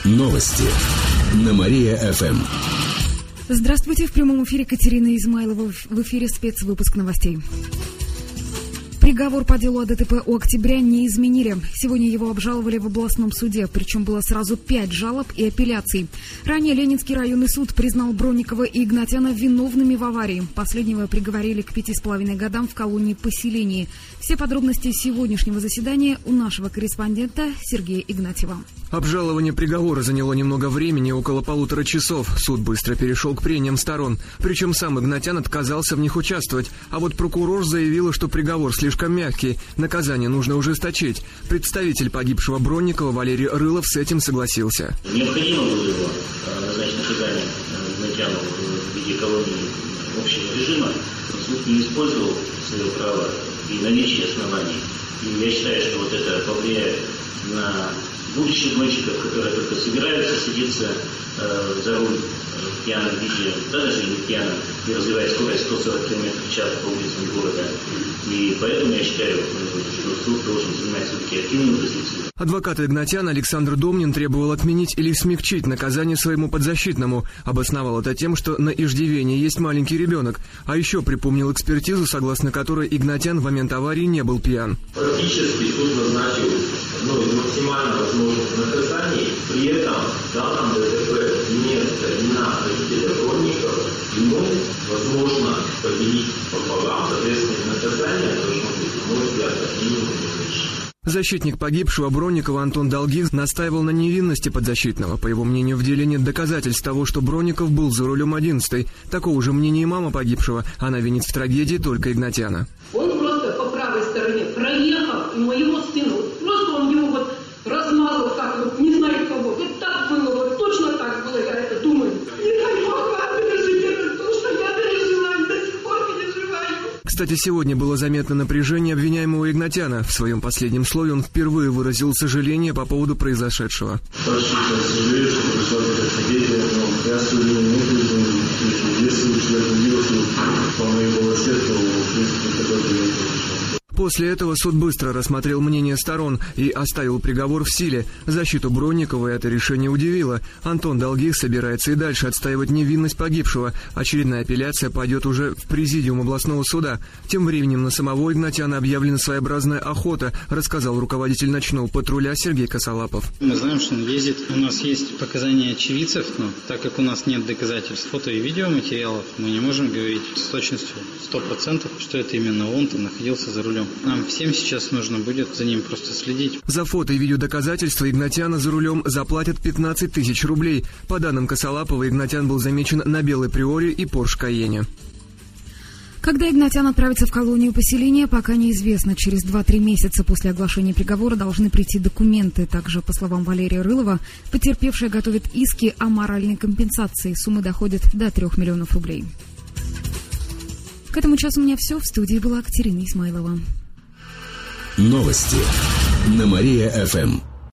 Новости на Мария-ФМ. Здравствуйте, в прямом эфире Катерина Измайлова. В эфире спецвыпуск новостей. Приговор по делу о ДТП у Октября не изменили. Сегодня его обжаловали в областном суде, причем было сразу 5 жалоб и апелляций. Ранее Ленинский районный суд признал Бронникова и Игнатяна виновными в аварии. Последнего приговорили к 5,5 годам в колонии-поселении. Все подробности сегодняшнего заседания у нашего корреспондента Сергея Игнатьева. Обжалование приговора заняло немного времени, около 1,5 часов. Суд быстро перешел к прениям сторон. Причем сам Игнатян отказался в них участвовать. А вот прокурор заявила, что приговор слишком мягкий, наказание нужно ужесточить. Представитель погибшего Бронникова Валерий Рылов с этим согласился. Необходимо было его назначить наказание Игнатяну в виде колонии общего режима. Суд не использовал свое право и наличие оснований. И я считаю, что вот это повлияет на будущих мальчиков, которые только собираются садиться за руль в пьяном виде, даже не пьяном, и развивать скорость 140 км в час по улицам города. И поэтому я считаю, что суд должен занимать все-таки активную позицию. Адвокат Игнатяна Александр Домнин требовал отменить или смягчить наказание своему подзащитному. Обосновал это тем, что на иждивении есть маленький ребенок. А еще припомнил экспертизу, согласно которой Игнатян в момент аварии не был пьян. Практически суд назначил из максимально возможных наказаний. При этом в данном ДТП вместо вина водителя Бронникова ему возможно поделить пополам. Соответственно, наказание должно быть, на мой взгляд, как минимум различное. Защитник погибшего Бронникова Антон Долгих настаивал на невинности подзащитного. По его мнению, в деле нет доказательств того, что Бронников был за рулем 11-й. Такого же мнения и мама погибшего. Она винит в трагедии только Игнатяна. Он просто по правой стороне проехал, и моего сына, просто он его размазал так, не знаю кого. Вот так было, точно так было, я это думаю. Не дай Бог, переживет то, что я переживаю, до сих пор переживаю. Кстати, сегодня было заметно напряжение обвиняемого Игнатяна. В своем последнем слове он впервые выразил сожаление по поводу произошедшего. Сожалею, что пришла такая трагедия, но я сегодня не буду, если бы человек удивился по моей полосе, то, в принципе, такой бы не произошло. После этого суд быстро рассмотрел мнение сторон и оставил приговор в силе. Защиту Бронникова это решение удивило. Антон Долгих собирается и дальше отстаивать невинность погибшего. Очередная апелляция пойдет уже в президиум областного суда. Тем временем на самого Игнатяна объявлена своеобразная охота, рассказал руководитель ночного патруля Сергей Косолапов. Мы знаем, что он ездит. У нас есть показания очевидцев, но так как у нас нет доказательств фото и видеоматериалов, мы не можем говорить с точностью 100%, что это именно он там находился за рулем. Нам всем сейчас нужно будет за ним просто следить. За фото и видеодоказательства Игнатяна за рулем заплатят 15 000 рублей. По данным Косолапова, Игнатян был замечен на белой Приоре и Порш Кайене. Когда Игнатян отправится в колонию поселения, пока неизвестно. Через 2-3 месяца после оглашения приговора должны прийти документы. Также, по словам Валерия Рылова, потерпевшая готовит иски о моральной компенсации. Суммы доходят до 3 миллионов рублей. К этому часу у меня все. В студии была Катерина Измайлова. Новости на Мария-ФМ.